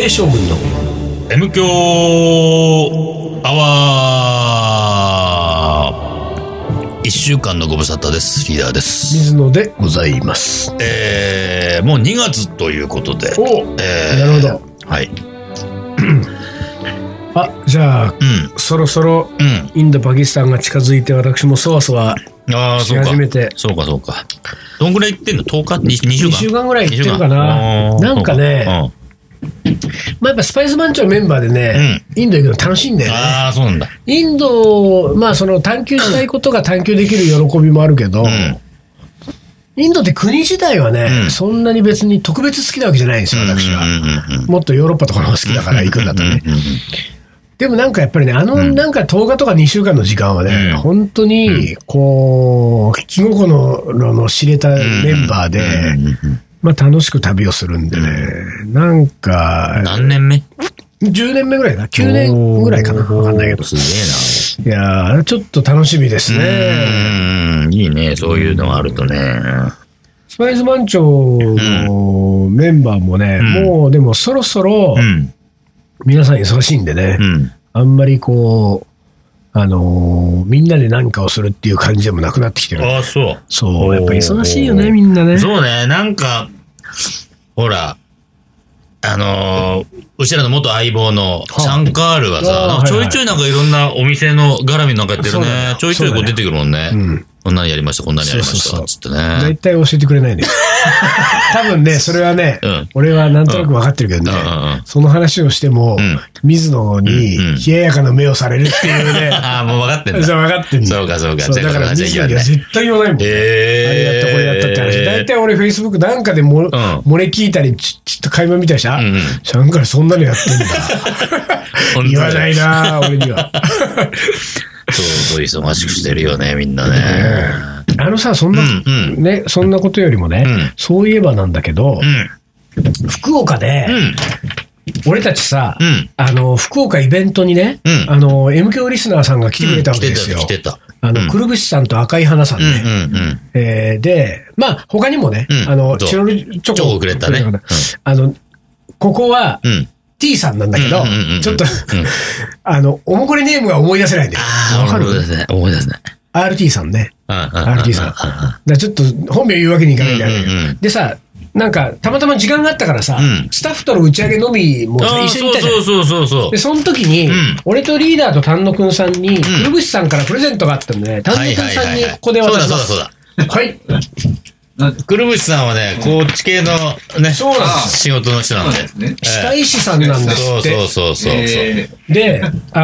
将軍の M 強アワー。1週間のご無沙汰です。リーダーです。 水野でございます。 もう2月ということで。 なるほど。 はい。 じゃあ、そろそろ、インドパキスタンが近づいて、私もそわそわし始めて。 そうか。どんぐらい行ってんの？ 10日 2週間？ 2週間ぐらい行ってるかな。なんかね、やっぱスパイス番長メンバーでね、インド行くの楽しいんだよね。 そうなんだ。 インド、その探求したいことが探求できる喜びもあるけど、インドって国自体はね、そんなに別に特別好きなわけじゃないんですよ、私は。もっとヨーロッパとかの方が好きだから行くんだとね。でもなんかやっぱりね、なんか10日とか2週間の時間はね、本当に、こう、気心の知れたメンバーで、楽しく旅をするんでね、なんか、 何年目？ 10 年目ぐらいかな、9年ぐらいかな、わかんないけど。 すげえな。 いやー、ちょっと楽しみですね。 いいね、そういうのがあるとね。 スパイス番長のメンバーもね、もうでもそろそろ、皆さん忙しいんでね、あんまりこう、みんなで何かをするっていう感じでもなくなってきてる。そう、やっぱ忙しいよね、みんなね。 そうね、なんか、ほら、うちらの元相棒のシャンカールがさ、ちょいちょいなんかいろんなお店の絡みなんかやってるね。ちょいちょいこう出てくるもんね。こんなにやりました、こんなにやりました、つってね。 大体教えてくれないね。多分ね、それはね、俺はなんとなく分かってるけどね、その話をしても、水野に冷ややかな目をされるっていうね。 もう分かってんだ。 そう、分かってんだ。 そうか。 だから水野には絶対言わないもん。あれやった、これやったって話。大体俺、Facebook なんかで漏れ聞いたり、ちょっと会話見たりした。シャンカールそんなのやってんだ。言わないな、俺には。 そう、忙しくしてるよね、みんなね。 そんなことよりもね、そういえばなんだけど、福岡で、俺たちさ、福岡イベントにね、M 響リスナーさんが来てくれたわけですよ。 来てた。 くるぶしさんと赤い花さんね。で、他にもね、チロルチョコをくれたね。 ここは、T さんなんだけど、ちょっと、おもこりネームが思い出せないんだよ。わかる？ 思い出せない。 RT さんね。RT さん。ちょっと本名言うわけにいかないんだけど。でさ、なんか、たまたま時間があったからさ、スタッフとの打ち上げ飲みも一緒に行ったじゃん。 そう。 で、その時に、俺とリーダーと丹野くんさんに、くるぶしさんからプレゼントがあったんでね、丹野くんさんにここで渡します。 そうだ。 はい。 くるぶしさんはね、高知系のね、仕事の人なんで。 歯科医師さんなんですって。 そう。 で、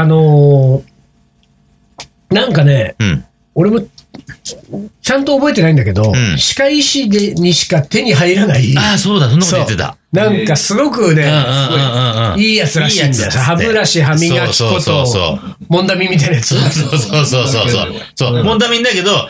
なんかね、俺も、ちゃんと覚えてないんだけど、歯科医師にしか手に入らない。 そうだ、そんなこと言ってた。 なんかすごくね、いいやつらしいんだよ。歯ブラシ、歯磨き粉と、モンダミンみたいなやつ。 そう。モンダミンだけけど、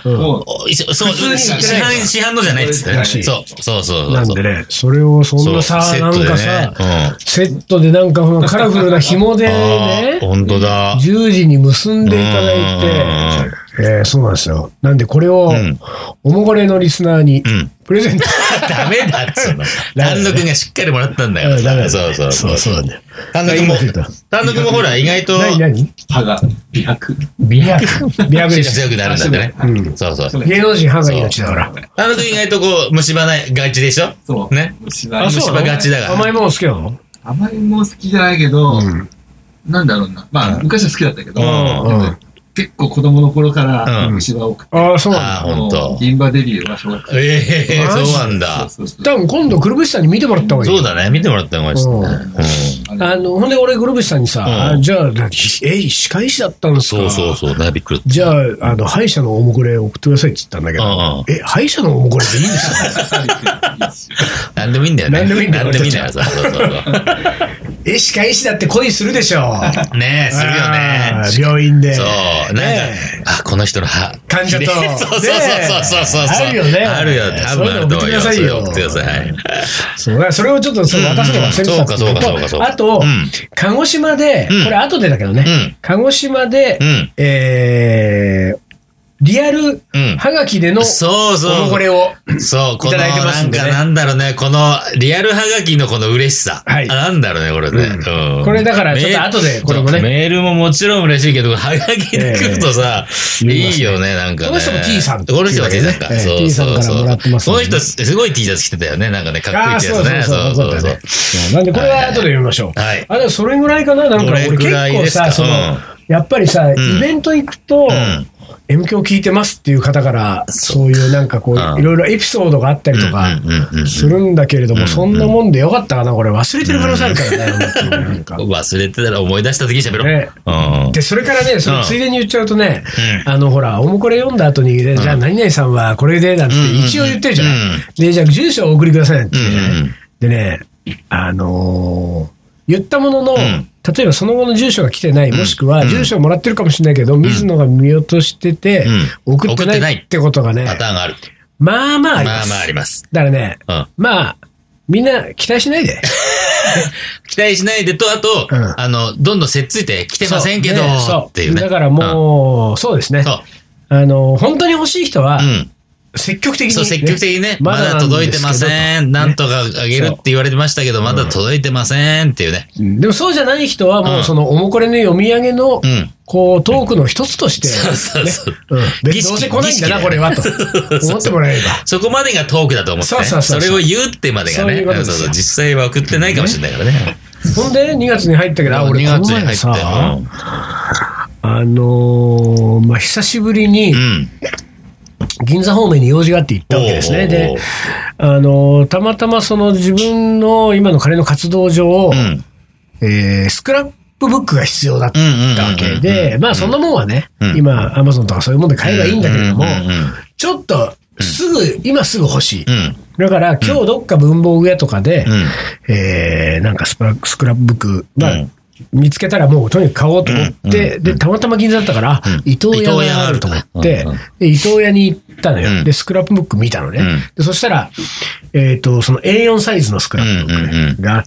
市販のじゃないっつってね。そう。 なんでね、それをそんなさ、なんかさ、セットでなんかカラフルな紐でね、 本当だ。 十字に結んでいただいて、そうなんですよ。なんでこれを、おもこれのリスナーに、プレゼント。 ダメだっつうの。丹野くんがしっかりもらったんだよ。そうなんだよ。丹野くんもほら、意外と。 何歯が美白。 美白です。強くなるんだってね。そう。 芸能人歯が命だから。 丹野くん意外とこう、虫歯がちでしょ？ そう。 ね。虫歯がちだから。 甘いもの好きなの？ 甘いもの好きじゃないけど、なんだろうな。昔は好きだったけど、結構子供の頃から虫歯多くて。 そうなんだ。 銀歯デビューは小学生。 そうなんだ。 多分今度くるぶしさんに見てもらった方がいい。 そうだね、見てもらった方がいいですね。 ほんで俺くるぶしさんにさ、じゃあ、歯科医師だったんですか？ そうね、びっくり。 じゃあ、歯医者のおもこれ送ってくださいって言ったんだけど、歯医者のおもこれでいいんですか？ なんでもいいんだよね。 なんでもいいんだよ。 そう。 歯科医師だって恋するでしょ。 ねえ、するよね。 病院で。 そう。なんか、この人の歯。 患者と。 そう。 あるよね。 あるよ。多分あると思います。送ってください。 それをちょっと渡すの忘れてたんですけど。あと、鹿児島で、これ後でだけどね、鹿児島で、リアルはがきでの、これを、いただいてますんでね。 なんだろうね、この、リアルはがきのこの嬉しさ。なんだろうね、これね。 これだから、ちょっと後で、これもね。 メールももちろん嬉しいけど、はがきで来るとさ、いいよね、なんかね。 この人も T さん。 この人も T さんか。 T さんからもらってます。 この人、すごい T シャツ着てたよね、なんかね、かっこいい T シャツね。 そう。なんで、これは後で読みましょう。でもそれぐらいかな、なんか俺結構さ、やっぱりさ、イベント行くと、M 響聞いてますっていう方から、そういうなんかこう、いろいろエピソードがあったりとかするんだけれども、そんなもんでよかったかな、これ忘れてる可能性あるからね。 忘れてたら思い出した時に喋ろう。 で、それからね、ついでに言っちゃうとね、ほら、おもこれ読んだ後に、じゃあ何々さんはこれでなんて一応言ってるじゃない。で、じゃあ住所をお送りくださいって言ってね。でね、言ったものの、例えばその後の住所が来てない、もしくは住所をもらってるかもしれないけど、水野が見落としてて、送ってないってことがね、 パターンがある。 まあまああります。 まあまああります。 だからね、まあ、みんな期待しないで。 期待しないでと、あと、どんどんせっついて来てませんけど、っていうね。 だからもう、そうですね。本当に欲しい人は、積極的に。 積極的にね。まだ届いてません。なんとかあげるって言われてましたけど、まだ届いてませんっていうね。 でもそうじゃない人はもうそのおもこれの読み上げの、こう、トークの一つとして。別にどうせ来ないんだな、これは、と思ってもらえれば。 そこまでがトークだと思って。それを言うってまでがね。実際は送ってないかもしれないからね。 ほんで、2月に入ったけど、俺、この前さ、久しぶりに、銀座方面に用事があって行ったわけですね。で、たまたまその自分の今の彼の活動上、スクラップブックが必要だったわけで、まあそんなもんはね、今 Amazon とかそういうもんで買えばいいんだけれども、ちょっと今すぐ欲しい。だから今日どっか文房具屋とかで、なんかスクラップブック、見つけたらもうとにかく買おうと思って、で、たまたま銀座だったから、伊東屋があると思って、で、伊東屋に行ったのよ。で、スクラップブック見たのね。で、そしたら、その A4 サイズのスクラップブックがあって、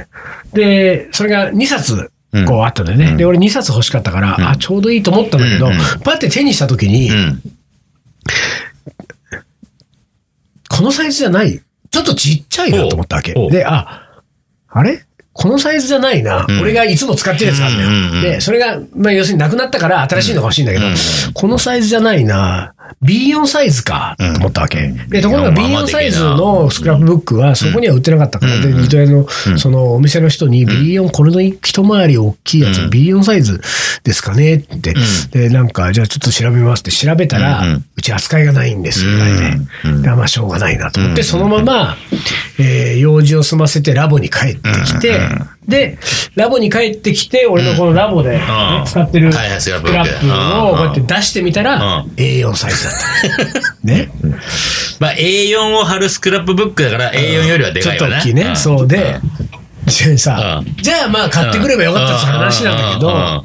で、それが2冊、こうあったんだよね。で、俺2冊欲しかったから、ちょうどいいと思ったんだけど、パッて手にしたときに、このサイズじゃない、ちょっとちっちゃいなと思ったわけ。で、あれこのサイズじゃないな。俺がいつも使ってるやつがあるんだよ。で、それが、要するになくなったから新しいのが欲しいんだけど、このサイズじゃないな。B4 サイズか、と思ったわけ。で、ところが B4 サイズのスクラップブックはそこには売ってなかったから、で、伊藤屋の、そのお店の人に B4、これの一回り大きいやつ、B4 サイズですかねって、で、なんか、じゃあちょっと調べますって調べたら、うち扱いがないんです、ぐらいで。まあ、しょうがないなと思って、そのまま、用事を済ませてラボに帰ってきて、で、ラボに帰ってきて、俺のこのラボで使ってるスクラップをこうやって出してみたら、A4 サイズだった。ね。 まあ A4 を貼るスクラップブックだから A4 よりはでかいわね。 ちょっと大きいね。そうで、じゃあまあ買ってくればよかったって話なんだけど、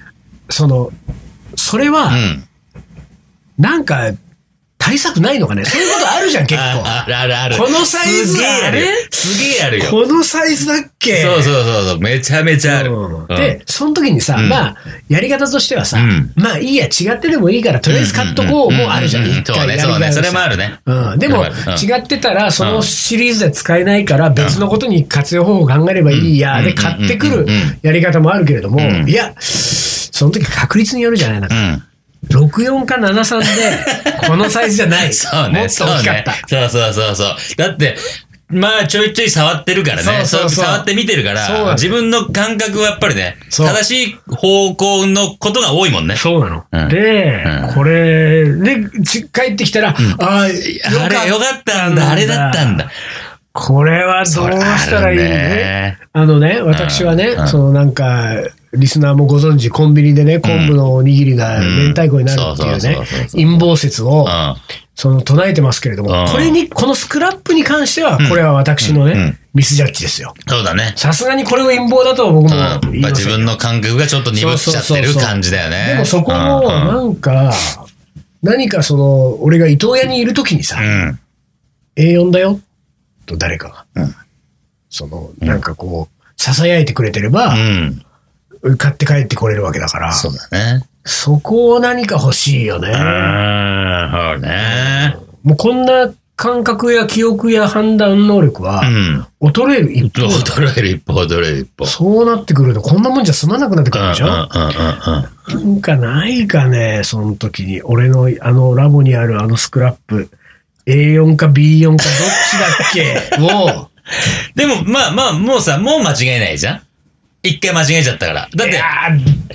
それは、なんか、対策ないのかね。そういうことあるじゃん、結構。 ある。 このサイズあれすげえあるよ。 このサイズだっけ。 そう。めちゃめちゃある。 で、その時にさ、まあ、やり方としてはさ、まあいいや、違ってでもいいから、とりあえず買っとこうもあるじゃん。一回やり方。 それもあるね。 でも、違ってたら、そのシリーズで使えないから、別のことに活用方法を考えればいいや、で、買ってくるやり方もあるけれども、いや、その時確率によるじゃないなんか。64か73で、このサイズじゃない。 そうね。 もっと大きかった。 そう。だって、まあ、ちょいちょい触ってるからね。触って見てるから、自分の感覚はやっぱりね、正しい方向のことが多いもんね。 そうなの。で、これ、で、帰ってきたら、 あれ、よかったんだ、あれだったんだ。 これはどうしたらいいね。私はね、なんか、リスナーもご存知、コンビニでね、昆布のおにぎりが明太子になるっていうね、陰謀説を、唱えてますけれども、このスクラップに関しては、これは私のね、ミスジャッジですよ。 そうだね。 さすがにこれを陰謀だと僕も言いません。 自分の感覚がちょっと鈍っちゃってる感じだよね。 でもそこも、なんか、何か俺が伊東屋にいるときにさ、A4 だよ、と誰かが、なんかこう、囁いてくれてれば、買って帰ってこれるわけだから。 そうだね。 そこを何か欲しいよね。 そうね。 もうこんな感覚や記憶や判断能力は、衰える一方。 衰える一方。 そうなってくると、こんなもんじゃ済まなくなってくるでしょ。なんかないかね、その時に。俺のラボにあるスクラップ。A4 か B4 かどっちだっけもう。 でも、まあ、もう間違いないじゃん。一回間違えちゃったから。だって、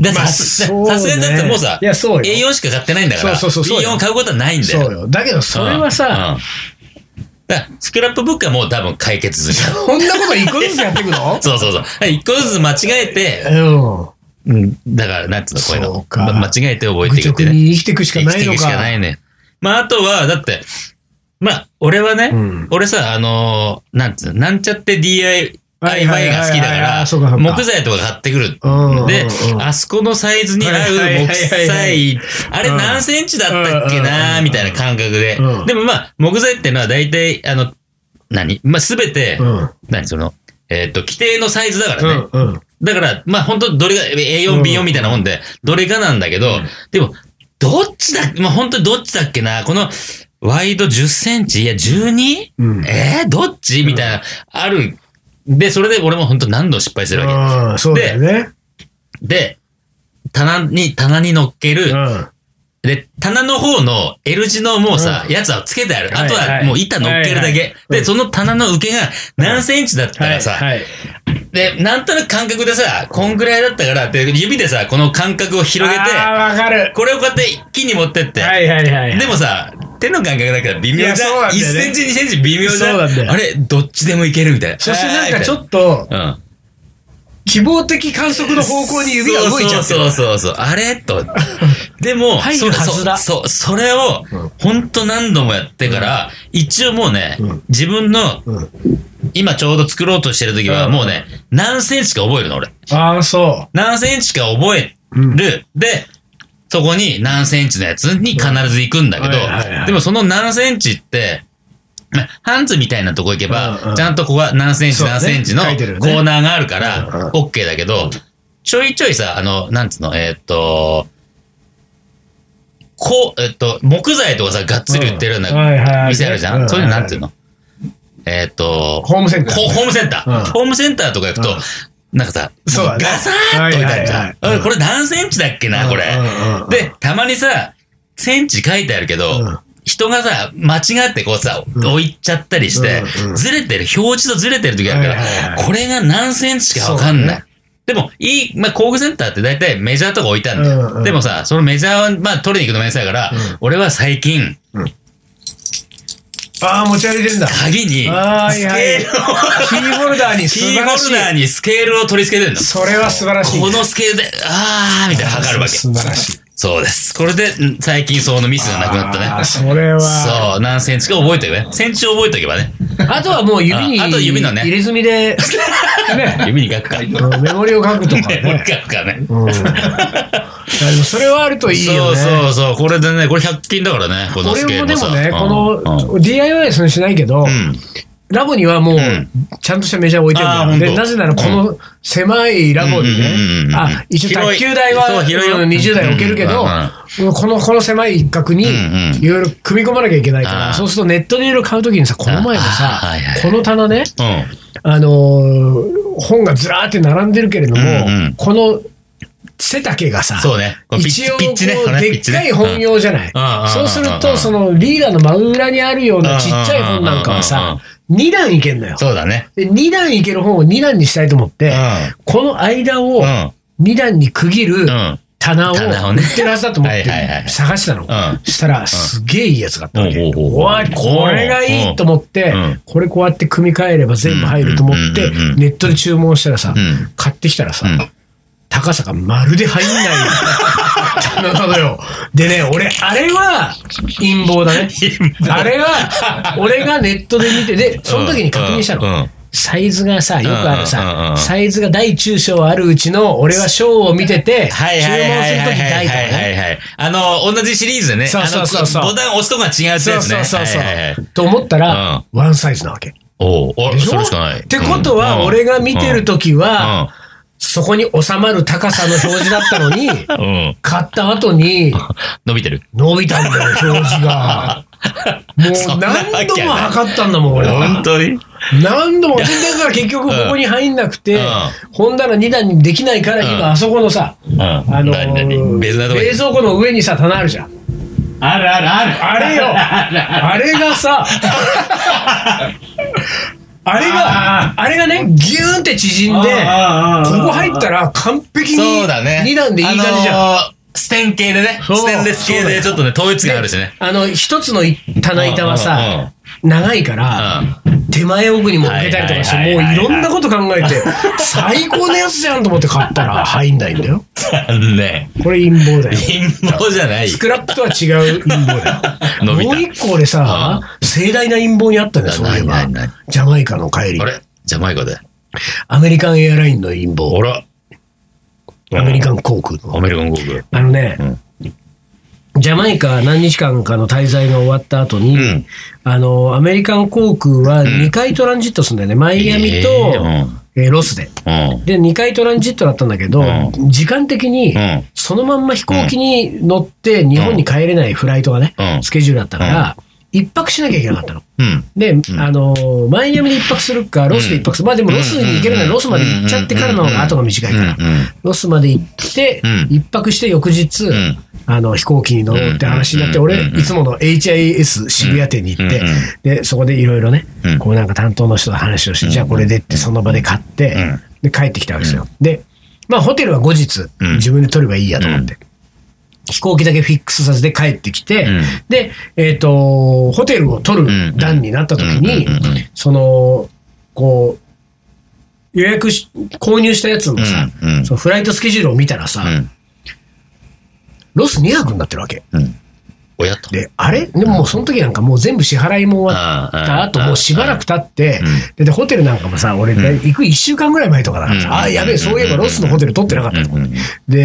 さすがにだってもうさ、A4 しか買ってないんだから、B4 買うことはないんだよ。 そうよ。だけど、それはさ、 スクラップブックはもう多分解決する。 そんなこと一個ずつやっていくの？ そう。一個ずつ間違えて、だから、なんつうの、こういうの。間違えて覚えていくってね。 生きていくしかないのか。 生きていくしかないね。まあ、あとは、だって、まあ、俺はね、俺さ、なんつうの、なんちゃって DIY が好きだから、木材とか買ってくる。で、あそこのサイズに合う木材、あれ何センチだったっけなみたいな感覚で。でもまあ、木材ってのは大体、まあ、すべて、規定のサイズだからね。だから、まあ本当どれが A4、B4 みたいなもんで、どれかなんだけど、でも、どっちだ、まあ本当にどっちだっけなこの、ワイド10センチいや 12？ どっちみたいな、ある。で、それで俺も本当何度失敗するわけ。 そうだよね。 で、棚に乗っける。で、棚の方の L 字のもうさ、やつはつけてある。あとはもう板乗っけるだけ。で、その棚の受けが何センチだったらさ、で、なんとなく感覚でさ、こんぐらいだったから、で、指でさ、この感覚を広げて、 わかる。 これをこうやって木に持ってって。でもさ、手の感覚だから微妙じゃん。1センチ2センチ微妙じゃん。あれ、どっちでもいけるみたいな。 そしてなんかちょっと、希望的観測の方向に指が動いちゃってる。 そう。あれと。でも、それを、ほんと何度もやってから、一応もうね、自分の、今ちょうど作ろうとしてる時は、もうね、何センチか覚えるの、俺。何センチか覚える。で、そこに何センチのやつに必ず行くんだけど、でもその何センチって、ハンズみたいなとこ行けば、ちゃんとここは何センチ何センチのコーナーがあるから、OK だけど、ちょいちょいさ、なんつうの、木材とかさ、がっつり売ってるような店あるじゃん？そういうのなんていうの？ ホームセンター。 ホームセンター。ホームセンターとか行くと、なんかさ、ガサーッと置いてあるじゃん。これ何センチだっけな、これ。で、たまにさ、センチ書いてあるけど、人がさ、間違ってこうさ、置いちゃったりして、ずれてる、表示とずれてる時あるから、これが何センチかわかんない。でも、まあ、工具センターって大体メジャーとか置いてあるんだよ。でもさ、そのメジャーを、まあ、取りに行くのめんどくさいから、俺は最近、 持ち歩いてるんだ。 鍵に、スケールを、 キーホルダーにスケールを取り付けてるの。 それは素晴らしい。 このスケールで、みたいな測るわけ。 素晴らしい。 そうです。これで、最近そのミスがなくなったね。 それは。 そう、何センチか覚えておけばね。センチを覚えておけばね。 あとはもう指のね。入れ墨で、 指に書くか。 メモリを書くとかね。 メモリ書くかね。 でもそれはあるといいよね。 そう。これでね、これ100均だからね、このスケールもさ。 俺もでもね、この DIY はそれしないけど、ラボにはもう、ちゃんとしたメジャー置いてるんだよ。で、なぜならこの狭いラボにね、一応卓球台は20台置けるけど、この狭い一角にいろいろ組み込まなきゃいけないから、そうするとネットでいろいろ買うときにさ、この前もさ、この棚ね、本がずらーって並んでるけれども、この背丈がさ、一応こうでっかい本用じゃない。そうすると、そのリーダーの真裏にあるようなちっちゃい本なんかはさ、2段いけんのよ。 そうだね。 で、2段いける本を2段にしたいと思って、この間を2段に区切る棚を売ってるはずだと思って探したの。そしたら、すげえいいやつがあったわけ。おい、これがいいと思って、これこうやって組み替えれば全部入ると思って、ネットで注文したらさ、買ってきたらさ、高さがまるで入んない棚なのよ。でね、俺、あれは陰謀だね。あれは、俺がネットで見て、で、その時に確認したの。サイズがさ、よくあるさ、サイズが大中小あるうちの、俺は小を見てて、注文する時大とかね。 同じシリーズでね、ボタン押すとこが違うやつね。 そう。と思ったら、ワンサイズなわけ。 それしかない。 ってことは、俺が見てる時は、 そこに収まる高さの表示だったのに、買った後に、 伸びてる。 伸びたんだよ、表示が。もう何度も測ったんだもん、俺は。 本当に何度も。だから結局ここに入んなくて、本棚2段にできないから、今あそこのさ、冷蔵庫の上にさ、棚あるじゃん。 ある。 あれよ。あれがさ、あれがね、ギューンって縮んで、ここ入ったら完璧に2段でいい感じじゃん。 ステン系でね、ステンレス系でちょっとね、統一感あるしね。 一つの棚板はさ、長いから、手前奥にも向けたりとかして、もういろんなこと考えて、最高のやつじゃんと思って買ったら入んないんだよ。 ね。 これ陰謀だよ。 陰謀じゃない。 スクラップとは違う陰謀だよ。もう一個俺さ、盛大な陰謀にあったんだよ、そういえば。ジャマイカの帰り。 あれジャマイカで。 アメリカンエアラインの陰謀。 あら。 アメリカン航空の。 アメリカン航空。 ジャマイカ何日間かの滞在が終わった後に、アメリカン航空は2回トランジットするんだよね。マイアミと、ロスで。で、2回トランジットだったんだけど、時間的に、そのまんま飛行機に乗って日本に帰れないフライトがね、スケジュールだったから、一泊しなきゃいけなかったの。で、マイアミで一泊するか、ロスで一泊する。まあでもロスに行けるならロスまで行っちゃってからの後が短いから。ロスまで行って、一泊して翌日、飛行機に乗ろうって話になって、俺、いつもの HIS 渋谷店に行って、で、そこでいろいろね、こうなんか担当の人と話をして、じゃあこれでってその場で買って、で、帰ってきたわけですよ。で、まあホテルは後日、自分で取ればいいやと思って。飛行機だけフィックスさせて帰ってきて、で、ホテルを取る段になった時に、こう、予約購入したやつのさ、そのフライトスケジュールを見たらさ、ロス2泊になってるわけ。 親と。 で、あれでももうその時なんかもう全部支払いも終わった後、もうしばらく経って、で、ホテルなんかもさ、俺、行く1週間ぐらい前とかだからさ、あ、やべえ、そういえばロスのホテル取ってなかったと思って。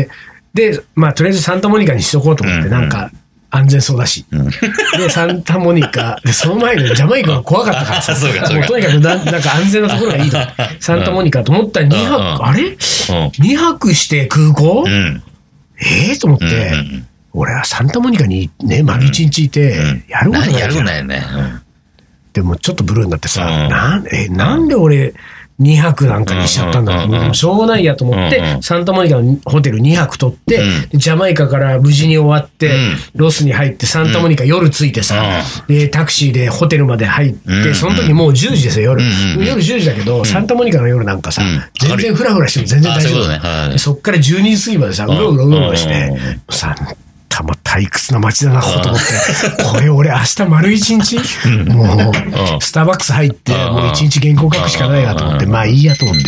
で、まあ、とりあえずサンタモニカにしとこうと思って、なんか、安全そうだし。で、サンタモニカ、で、その前にジャマイカが怖かったからさ、もうとにかくなんか安全なところがいいと。サンタモニカと思ったら2泊、あれ ?2 泊して空港と思って、俺はサンタモニカにね、丸1日いて、やることないじゃん。 やることないよね。 でもちょっとブルーになってさ、なんで俺、2泊なんかにしちゃったんだろう。しょうがないやと思って、サンタモニカのホテル2泊取って、ジャマイカから無事に終わって、ロスに入って、サンタモニカ夜着いてさ、で、タクシーでホテルまで入って、その時もう10時ですよ、夜。夜10時だけど、サンタモニカの夜なんかさ、全然フラフラしても全然大丈夫。そっから12時過ぎまでさ、うろうろして、さ、退屈な街だな、ここと思って。これ俺明日丸一日もう、スターバックス入って、もう一日原稿書くしかないなと思って、まあいいやと思って。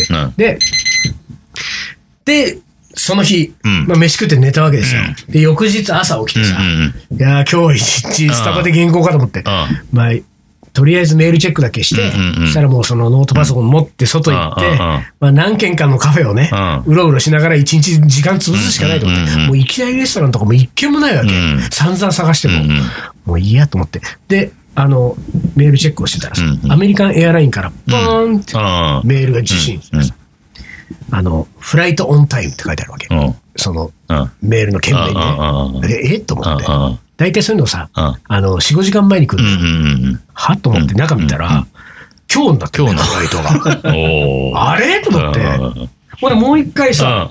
で、その日、まあ飯食って寝たわけですよ。で、翌日朝起きてさ、いや今日一日スタバで原稿かと思って、まあ、とりあえずメールチェックだけして、そしたらもうそのノートパソコン持って外行って、まあ何軒かのカフェをね、うろうろしながら一日時間潰すしかないと思って、もう行きたいレストランとかも一軒もないわけ。散々探しても、もういいやと思って。で、メールチェックをしてたらさ、アメリカンエアラインからポーンってメールが受信してさ、フライトオンタイムって書いてあるわけ。そのメールの件名にね。と思って。大体そういうのさ、4、5時間前に来るの。はと思って中見たら、今日になってるフライトが。あれと思って。俺もう一回さ、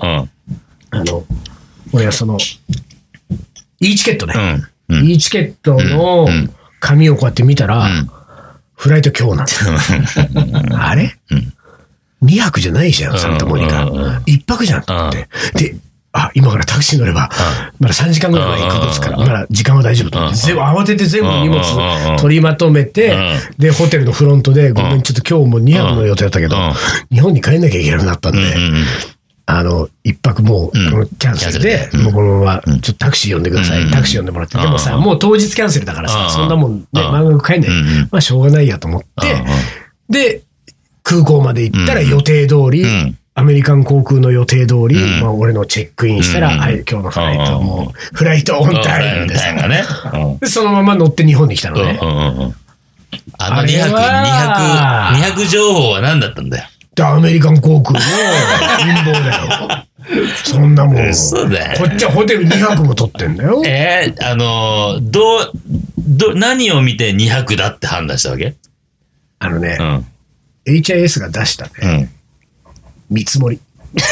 俺はその、E チケットね。E チケットの紙をこうやって見たら、フライト今日なんだよ。あれ ?2 泊じゃないじゃん、サンタモニカ。1泊じゃんと思って。で、今からタクシー乗れば、まだ3時間ぐらい前に行くんですから、まだ時間は大丈夫と思って、慌てて全部荷物取りまとめて、で、ホテルのフロントで、ごめん、ちょっと今日も2泊の予定だったけど、日本に帰んなきゃいけなくなったんで、1泊もう、キャンセルで、もうこのまま、ちょっとタクシー呼んでください。タクシー呼んでもらって。でもさ、もう当日キャンセルだからさ、そんなもんね、満額帰んない。まあ、しょうがないやと思って、で、空港まで行ったら予定通り、アメリカン航空の予定通り、まあ俺のチェックインしたら、はい、今日のフライトも、フライトオンタイムです。で、そのまま乗って日本に来たのね。 2泊情報は何だったんだよ。 で、アメリカン航空の陰謀だよ。そんなもん。 嘘だよ。 こっちはホテル2泊も取ってんだよ。 何を見て2泊だって判断したわけ？ HIS が出したね。見積もり。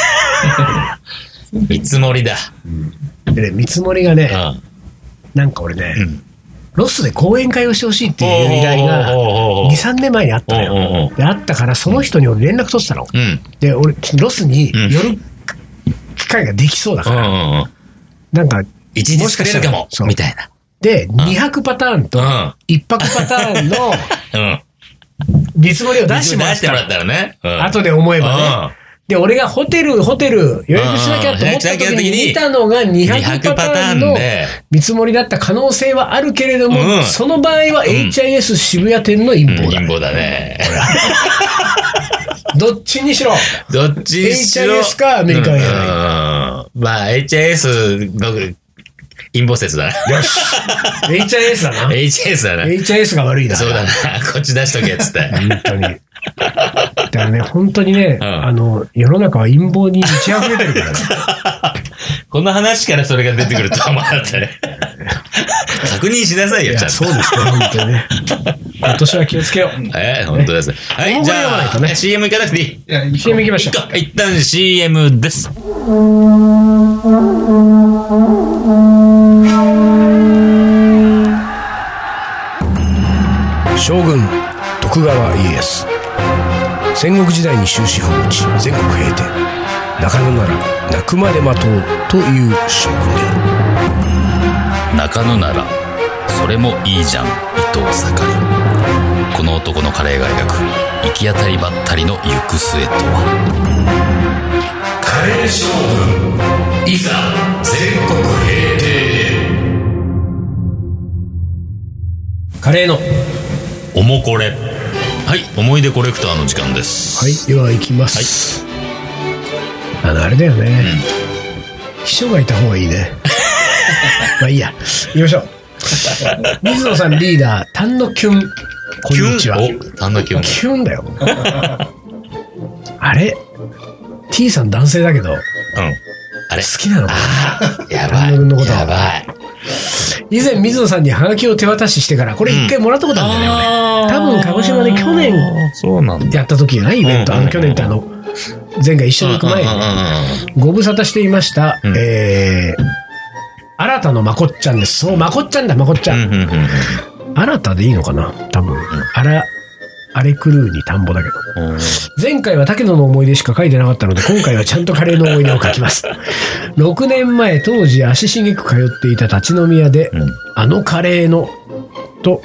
見積もりだ。 でね、見積もりがね、なんか俺ね、ロスで講演会をしてほしいっていう依頼が2、3年前にあったのよ。で、あったからその人に俺連絡取ってたの。で、俺、ロスに寄る機会ができそうだから、なんか、 一日作れるかもみたいな。 で、2泊パターンと1泊パターンの見積もりを出してもらったらね。 後で思えばね。で、俺がホテル予約しなきゃと思った時に見たのが200パターンの見積もりだった可能性はあるけれども、その場合は HIS 渋谷店の陰謀だ。 陰謀だね。 どっちにしろ。 どっちにしろ。 HIS かアメリカンエアライン。 まあ、HIS の陰謀説だな。 よし。HIS だな。 HIS だな。 HIS が悪いな。 そうだな。こっち出しとけっつって。 本当に。だからね、本当にね、世の中は陰謀に満ち溢れてるからね。 この話からそれが出てくるとは思わなかったね。確認しなさいよ、ちゃんと。 そうですね、本当にね。今年は気をつけよう。 本当ですね。はい、じゃあ、CM 行かなくていい？ CM 行きましょう。一旦 CM です。 将軍徳川家康、戦国時代に終止符を打ち全国平定、中野なら泣くまで待とうという将軍である。中野ならそれもいいじゃん、伊藤盛り。この男のカレーが描く行き当たりばったりの行く末とは。カレー将軍いざ全国平定。 カレーのおもこれ。はい、思い出コレクターの時間です。 はい、では行きます。はい、あれだよね、秘書がいた方がいいね。まあいいや、行きましょう。水野さんリーダー、丹野キュン、こんにちは。 丹野キュン。 キュンだよ。あれ T さん男性だけど、 あれ好きなのかな。やばい。やばい。 以前水野さんにハガキを手渡ししてから、これ一回もらったことあるんだよね、俺。多分鹿児島で去年やった時じゃないイベント。去年って前回一緒に行く前にご無沙汰していました、新たのまこっちゃんです。そう、まこっちゃんだ、まこっちゃん。新たでいいのかな多分。アレクルーに田んぼだけど。前回は竹野の思い出しか書いてなかったので、今回はちゃんとカレーの思い出を書きます。6年前、当時足しげく通っていた立ち飲み屋で、あのカレーのと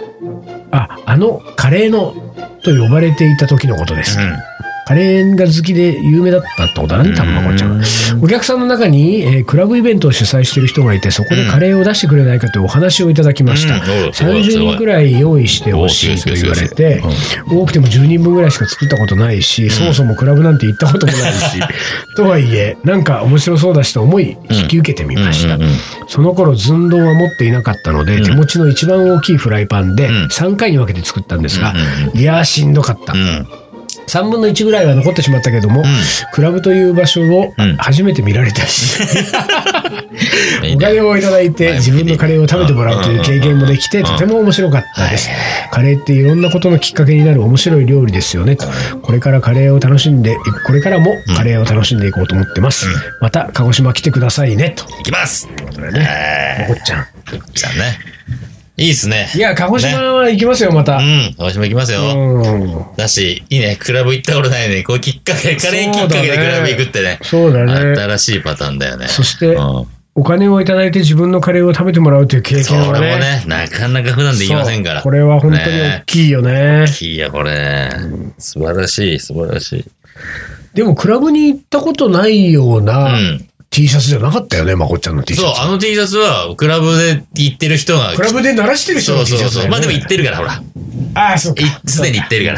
呼ばれていた時のことです。カレーが好きで有名だったってことだね、多分まこっちゃん。お客さんの中に、クラブイベントを主催している人がいて、そこでカレーを出してくれないかというお話をいただきました。30人くらい用意してほしいと言われて、多くても10人分ぐらいしか作ったことないし、そもそもクラブなんて行ったこともないし、とはいえ、なんか面白そうだしと思い、引き受けてみました。その頃、寸胴は持っていなかったので、手持ちの一番大きいフライパンで3回に分けて作ったんですが、いやーしんどかった。3分の1ぐらいは残ってしまったけども、クラブという場所を初めて見られたし、お金をいただいて自分のカレーを食べてもらうという経験もできて、とても面白かったです。カレーっていろんなことのきっかけになる面白い料理ですよね。これからもカレーを楽しんでいこうと思ってます。また鹿児島来てくださいねと。 行きます。 ということでね、まこっちゃん。 ちゃんね。いいっすね。 いや、鹿児島は行きますよ、また。 鹿児島行きますよ。だし、いいね。クラブ行ったことないね。こうきっかけ、カレーきっかけでクラブ行くってね。 そうだね。 新しいパターンだよね。 そして、お金をいただいて自分のカレーを食べてもらうという経験はね。 それもね、なかなか普段できませんから。 これは本当に大きいよね。 大きいよ、これ。素晴らしい、素晴らしい。 でも、クラブに行ったことないような、T シャツじゃなかったよね、まこっちゃんの T シャツ。 そう、T シャツは、クラブで行ってる人が。 クラブで鳴らしてる人の T シャツだよね。 まあでも行ってるから、ほら。 ああ、そうか。 すでに行ってるから。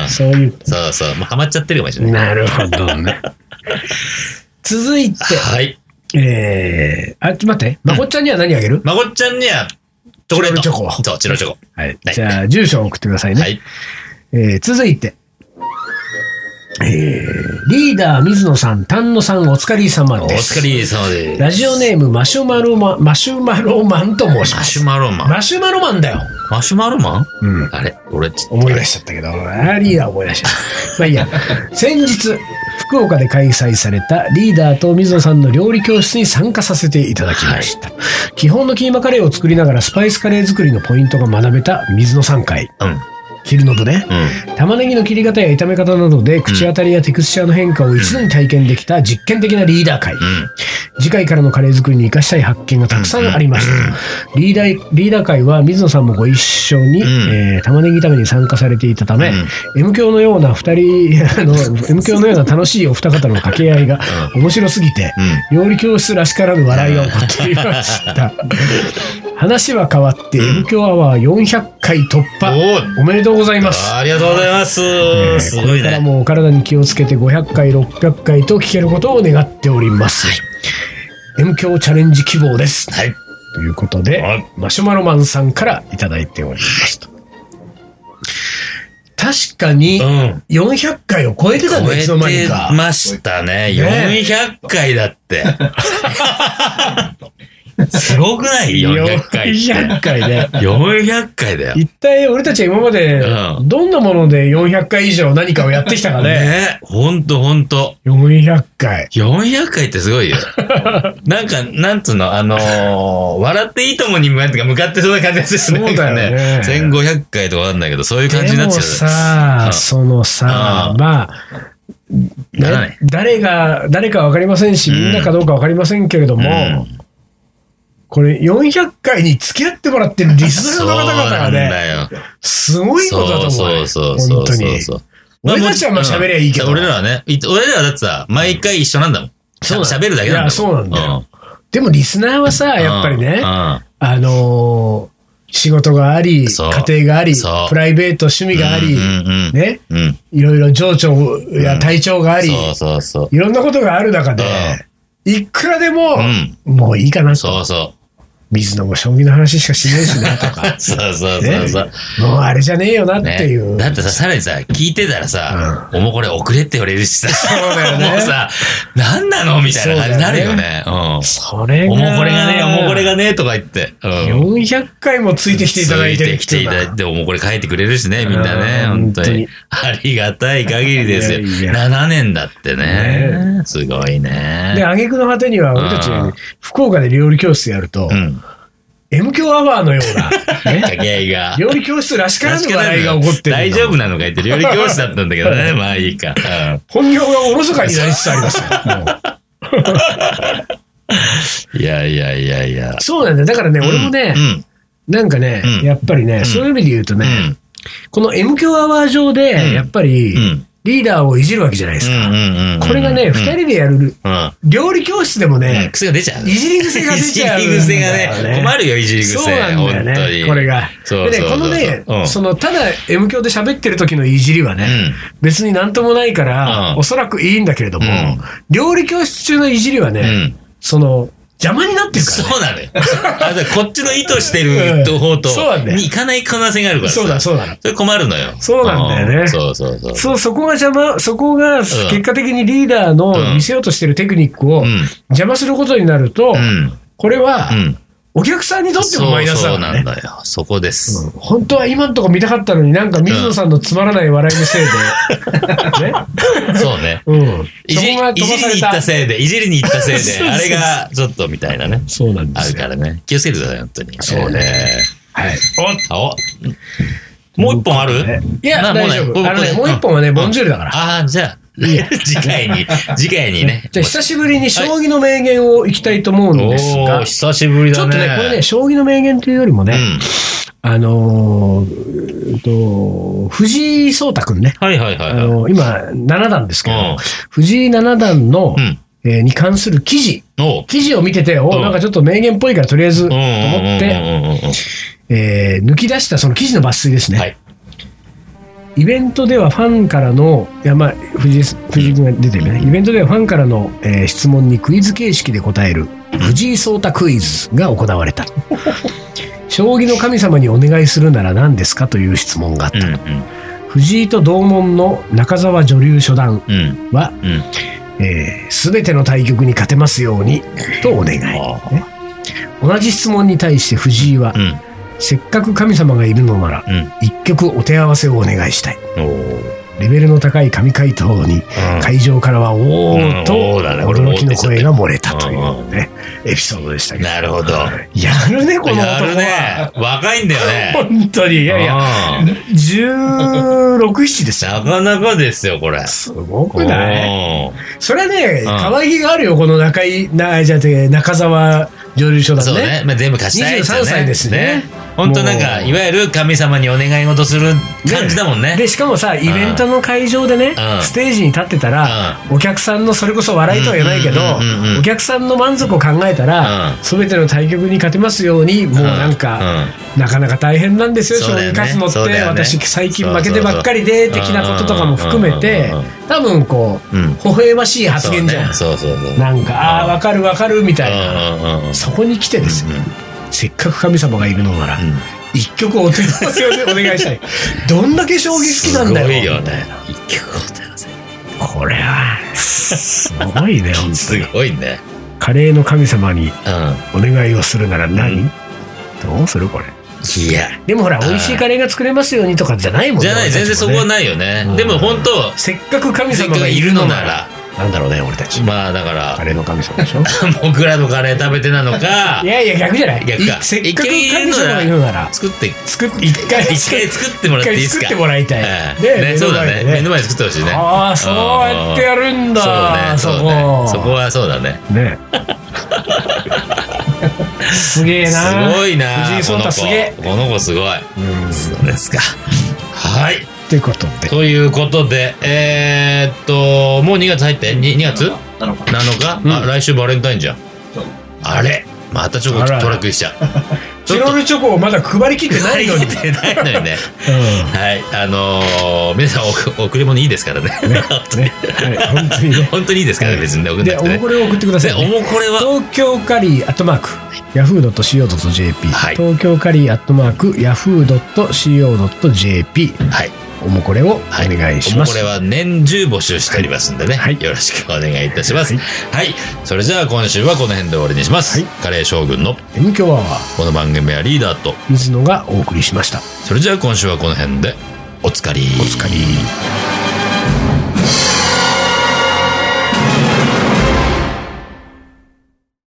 そういう。 そうそう。もうハマっちゃってるかもしれない。 なるほどね。続いて。 はい。 待って。まこっちゃんには何あげる？ まこっちゃんには、チョコレート。 チロルチョコ。 そう、チロルチョコ。 はい。じゃあ、住所を送ってくださいね。 はい。 続いて。 リーダー水野さん、丹野さん、お疲れ様です。 お疲れ様です。 ラジオネームマシュマロマンと申します。 マシュマロマン。 マシュマロマンだよ。 マシュマロマン？ うん。 あれ俺思い出しちゃったけど、リーダー思い出しちゃった。まあいいや。先日、福岡で開催されたリーダーと水野さんの料理教室に参加させていただきました。はい、基本のキーマカレーを作りながらスパイスカレー作りのポイントが学べた水野さん会。うん。昼の部ね、玉ねぎの切り方や炒め方などで口当たりやテクスチャーの変化を一度に体験できた実験的なリーダー会、次回からのカレー作りに生かしたい発見がたくさんありました。リーダー会は水野さんもご一緒に、玉ねぎ炒めに参加されていたため、M 教のようなM 教のような楽しいお二方の掛け合いが面白すぎて、料理教室らしからぬ笑いが起こっていました話は変わって M 強アワー400回突破、おめでとうございます。 ありがとうございます。すごいね。 これからもお体に気をつけて500回600回と聞けることを願っております。はい、M 強チャレンジ希望です。はい。ということで、マシュマロマンさんからいただいておりますと。確かに400回を超えてたね、いつの間にか。 超えてましたね。400回だって。すごくない ?400 回って。 400回で。 400回だよ。 一体俺たちは今まで、どんなもので400回以上何かをやってきたかね。 ね、ほんと。 400回。 400回ってすごいよ。なんか、なんつうの、笑っていいともに向かってそうな感じですね。 そうだよね。 1500回とかあるんだけど、そういう感じになっちゃう。でもさ、そのさ、まあ、ね、誰かわかりませんし、みんなかどうかわかりませんけれども、これ400回に付き合ってもらってるリスナーの方々がね、すごいことだと思う。本当に。俺たちはまあ喋りゃいいけど。 俺らはね、俺らはだってさ、毎回一緒なんだもん。喋るだけなんだもん。いや、 そうなんだよ。でもリスナーはさ、やっぱりね、仕事があり、家庭があり、プライベート趣味があり、ね、いろいろ情緒や体調があり、いろんなことがある中で、いくらでも、もういいかなと。 そうそう。 水野も将棋の話しかしないしなとか。 そう。 もうあれじゃねえよなっていう。 だってさ、さらにさ、聞いてたらさ、おもこれ遅れって言われるしさ。 そうだよね。 もうさ、なんなのみたいな感じになるよね。 それが。 おもこれがね、とか言って。 400回もついてきていただいてる。 ついてきていただいて、おもこれ書いてくれるしね、みんなね。本当に。ありがたい限りですよ。7年だってね。すごいね。 で、挙句の果てには、俺たち福岡で料理教室やると、M 強アワーのような、 掛け合いが。 料理教室らしからぬ笑いが起こってる。 大丈夫なのか言って、料理教室だったんだけどね。まあいいか。 本業がおろそかになりつつありますよ。いや。 そうなんだよ。だからね、俺もね、なんかね、やっぱりね、そういう意味で言うとね、この M 強アワー上で、やっぱり、リーダーをいじるわけじゃないですか。これがね、二人でやる、料理教室でもね、 癖が出ちゃう。 いじり癖が出ちゃう。 いじり癖がね、困るよ、いじり癖。 そうなんだよね、これが。でね、このね、ただ M 教で喋ってる時のいじりはね、別になんともないから、おそらくいいんだけれども、料理教室中のいじりはね、邪魔になってるから、ね。 そうなのよ。こっちの意図してる方と、に行かない可能性があるからさ。 そうだ。 それ困るのよ。 そうなんだよね。そこがそこが結果的にリーダーの見せようとしてるテクニックを邪魔することになると、これは、お客さんにとってもマイナスだからね。 そうなんだよ。そこです。 本当は今のとこ見たかったのになんか水野さんのつまらない笑いのせいで。 そうね。いじりに行ったせいで、あれがちょっとみたいなね。 そうなんです。 あるからね。気をつけてください、本当に。 そうね。はい。 もう一本ある？ いや、大丈夫。もう一本はね、ボンジュールだから。 ああ、じゃあ。次回にね。 じゃあ久しぶりに将棋の名言をいきたいと思うんですが。 久しぶりだね。 ちょっとね、これね、将棋の名言というよりもね、藤井聡太くんね。今、七段ですけど、藤井七段の、に関する記事を見てて、なんかちょっと名言っぽいからとりあえずと思って、抜き出したその記事の抜粋ですね。はい。イベントではファンからの、藤井君が出てるね。イベントではファンからの、質問にクイズ形式で答える藤井聡太クイズが行われた。将棋の神様にお願いするなら何ですかという質問があった。 藤井と同門の中澤女流初段は、すべての対局に勝てますようにとお願い、ね。同じ質問に対して藤井は、せっかく神様がいるのなら、一局お手合わせをお願いしたい。レベルの高い神回答に、会場からはおーと驚きの声が漏れたというね、エピソードでしたけど。 なるほど。 やるね、この男は。 やるね。若いんだよね。 本当に。いやいや、16、7ですよ。 なかなかですよ、これ。 すごくないそれはね、可愛げがあるよ、この中澤女流初段ね。 そうね。まあ、全部勝ちたいですよね。 23歳ですね。 本当なんか、いわゆる神様にお願い事する感じだもんね。 で、しかもさ、イベントの会場でね、ステージに立ってたら、お客さんのそれこそ笑いとは言えないけど、お客さんの満足を考えたら、すべての対局に勝てますように、もうなんか、なかなか大変なんですよ、将棋勝つのって。私、最近負けてばっかりで、的なこととかも含めて、多分こう、微笑ましい発言じゃん。なんか、ああ、わかるわかるみたいな。そこに来てですよ。せっかく神様がいるのなら、一曲お手合わせをお願いしたい。どんだけ将棋好きなんだよ。 すごいよね。一曲お手合わせ。 これは、すごいね、 すごいね。 カレーの神様にお願いをするなら何？どうするこれ。 いや。 でもほら、美味しいカレーが作れますようにとかじゃないもんね。 じゃない、全然そこはないよね。でも本当、 せっかく神様がいるのなら。なんだろうね、俺たち。 まあだから。 カレーの神様でしょ僕らのカレー食べてなのか。 いやいや、逆じゃない。 逆か。 せっかく神様がいるのなら。 一回作ってもらっていいですか。作ってもらいたい。 ね、そうだね。目の前で作ってほしいね。 ああ、そうやってやるんだ。 そうね。そこはそうだね。 ね。すげえな。 すごいな。 藤井聡太すげえ。 この子すごい。そうですか。はい。 ということで。 ということで、もう2月入って2月 ?7 日、来週バレンタインじゃん。あれまたチョコトラックしちゃう。 チロルチョコをまだ配りきってないのに。 配りきってないのにね。はい。皆さん贈り物いいですからね。 本当にね。 本当にいいですからね、別にね。 で、おもこれを送ってください。 おもこれは東京カリー@yahoo.co.jp。東京カリー@yahoo.co.jp。はい。おもこれをお願いします。 おもこれは年中募集しておりますんでね。よろしくお願いいたします。はい。それじゃあ今週はこの辺で終わりにします。カレー将軍の M 強アワー。 この番組はリーダーと水野がお送りしました。 それじゃあ今週はこの辺でおつかり。 おつかり。